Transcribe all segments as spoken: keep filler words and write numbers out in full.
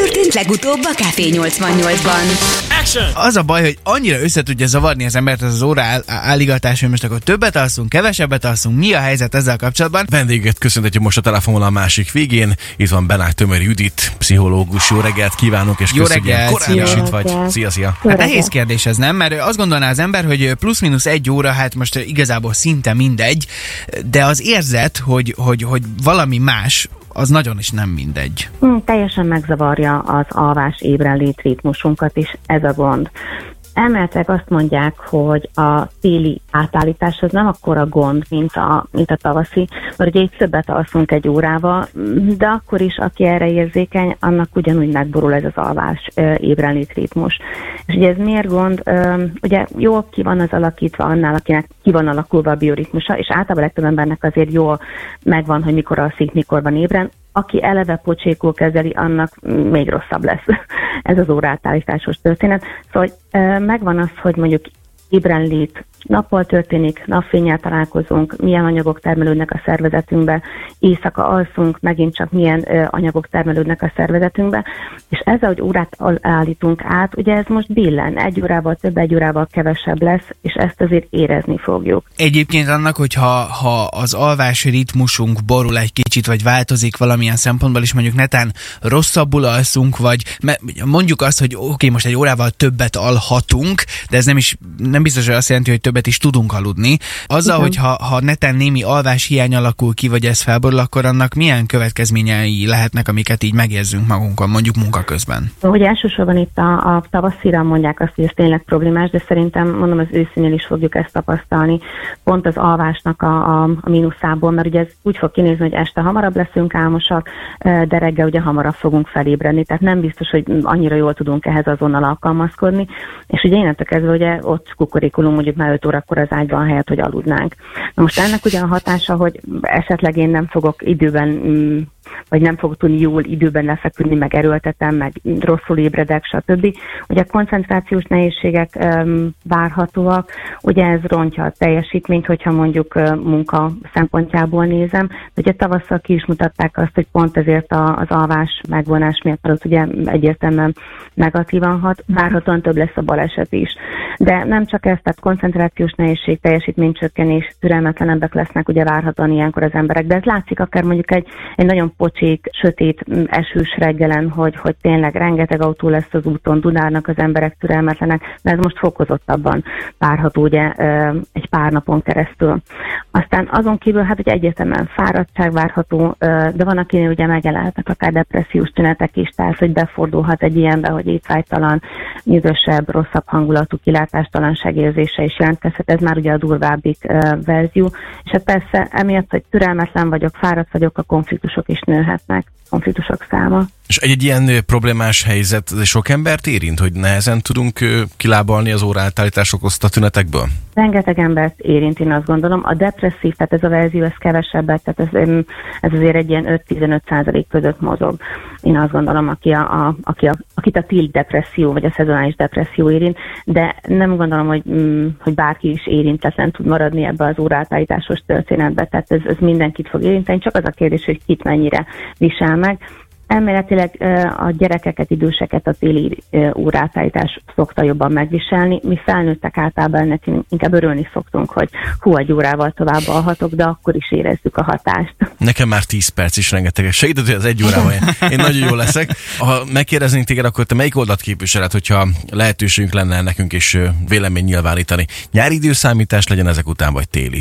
történt legutóbb a Café nyolcvannyolcban? Action! Az a baj, hogy annyira össze tudja zavarni az embert az, az óra áll- állígatás, hogy most akkor többet alszunk, kevesebbet alszunk. Mi a helyzet ezzel kapcsolatban? Vendéget köszönhetjük most a telefonvonal a másik végén. Itt van Benák Tömör Judit, pszichológus. Jó reggelt kívánunk, és Jó köszönjük, reggelt, korán is szia. itt vagy. Szia, szia. Hát nehéz kérdés ez, nem? Mert azt gondolná az ember, hogy plusz-minusz egy óra, hát most igazából szinte mindegy, de az érzet, hogy, hogy, hogy valami más, az nagyon is nem mindegy. Hmm, teljesen megzavarja az alvás ébrenlét ritmusunkat is, ez a gond. Elméletileg azt mondják, hogy a téli átállítás az nem akkora gond, mint a, mint a tavaszi, mert ugye itt többet alszunk egy órával, de akkor is, aki erre érzékeny, annak ugyanúgy megborul ez az alvás ébrenlét ritmus. És ugye ez miért gond? Ugye jól ki van az alakítva annál, akinek ki van alakulva a bioritmusa, és általában legtöbb embernek azért jól megvan, hogy mikor alszik, mikor van ébren. Aki eleve pocsékul kezeli, annak még rosszabb lesz ez az óraátállításos történet. Szóval megvan az, hogy mondjuk ébrenlét nappal történik, napfénnyel találkozunk, milyen anyagok termelődnek a szervezetünkbe, éjszaka alszunk, megint csak milyen ö, anyagok termelődnek a szervezetünkbe, és ezzel, hogy órát állítunk át, ugye ez most billen, egy órával több, egy órával kevesebb lesz, és ezt azért érezni fogjuk. Egyébként annak, hogyha ha az alvás ritmusunk borul egy kicsit, vagy változik valamilyen szempontból, és mondjuk netán rosszabbul alszunk, vagy mondjuk azt, hogy oké, okay, most egy órával többet alhatunk, de ez nem is nem biztos, hogy azt jelenti, hogy többet is tudunk aludni. Azzal, hogy ha, ha netán némi alvás hiány alakul ki, vagy ez felborul, akkor annak milyen következményei lehetnek, amiket így megérzünk magunkon, mondjuk munka közben? Hogy elsősorban itt a, a tavaszira mondják azt, hogy ez tényleg problémás, de szerintem, mondom, az őszinél is fogjuk ezt tapasztalni, pont az alvásnak a, a, a mínuszából, mert ugye ez úgy fog kinézni, hogy este hamarabb leszünk álmosak, de reggel ugye hamarabb fogunk felébredni, tehát nem biztos, hogy annyira jól tudunk ehhez azonnal alkalmazkodni, és ugye innentől kezdve ugye ott kukorikulunk mondjuk már öt órakor az ágyban helyett, hogy aludnánk. Na most ennek ugye a hatása, hogy esetleg én nem fogok időben, vagy nem fogok tudni jól időben lefeküdni, meg erőltetem, meg rosszul ébredek, stb. Ugye a koncentrációs nehézségek um, várhatóak, ugye ez rontja a teljesítményt, hogyha mondjuk uh, munka szempontjából nézem. Ugye tavasszal ki is mutatták azt, hogy pont ezért a, az alvás megvonás miatt alatt ugye egyértelműen negatívan hat, várhatóan több lesz a baleset is. De nem csak ez, tehát koncentrációs nehézség, teljesítménycsökkenés, türelmetlenebbek lesznek ugye várhatóan ilyenkor az emberek, de ez látszik akár mondjuk egy, egy nagyon pocsék, sötét, esős reggelen, hogy, hogy tényleg rengeteg autó lesz az úton, dudálnak az emberek, türelmetlenek, de ez most fokozottabban várható ugye egy pár napon keresztül. Aztán azon kívül, hát ugye egyértelműen fáradtság várható, de van, akinél ugye megjelenhetnek akár depressziós tünetek is, tehát hogy befordulhat egy ilyenbe, hogy étvágytalan, nyűgösebb, rosszabb hangulatú kilátástalanság érzése is jelentkezhet, ez már ugye a durvábbik uh, verzió, és hát persze emiatt, hogy türelmetlen vagyok, fáradt vagyok, a konfliktusok is nőhetnek, konfliktusok száma. És egy, egy ilyen problémás helyzet sok embert érint, hogy nehezen tudunk kilábalni az óraátállítás okozta tünetekből? Rengeteg embert érint, én azt gondolom. A depresszív, tehát ez a verzió, ez kevesebbet, tehát ez, ez azért egy ilyen öt-tizenöt százalék között mozog. Én azt gondolom, aki a, a, aki a, akit a tilt depresszió, vagy a szezonális depresszió érint, de nem gondolom, hogy, hogy bárki is érintetlen tud maradni ebbe az óraátállításos történetbe, tehát ez, ez mindenkit fog érinteni, csak az a kérdés, hogy kit mennyire visel meg. Elméletileg a gyerekeket, időseket a téli óraátállítás szokta jobban megviselni. Mi felnőttek általában ennek inkább örülni szoktunk, hogy hú, egy órával tovább alhatok, de akkor is érezzük a hatást. Nekem már tíz perc is rengeteg. Segített, hogy az egy órával én nagyon jól leszek. Ha megkérdeznénk téged, akkor te melyik oldalt képviseled, hogyha lehetőségünk lenne nekünk is vélemény nyilvánítani? Nyári időszámítás legyen ezek után, vagy téli?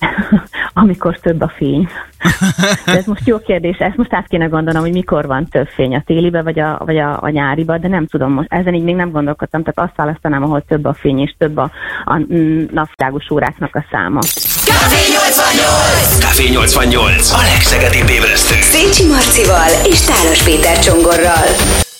Amikor több a fény. De ez most jó kérdés, ezt most át kéne gondolnom, hogy mikor van több fény, a télibe vagy a, vagy a, a nyáriba, de nem tudom most, ezen így még nem gondolkodtam, tehát azt választanám, ahol több a fény és több a, a napvilágos óráknak a száma. Café nyolcvannyolc! Café nyolcvannyolc, a legszegedibb ébresztő. Szécsi Marcival és Tálos Péter Csongorral.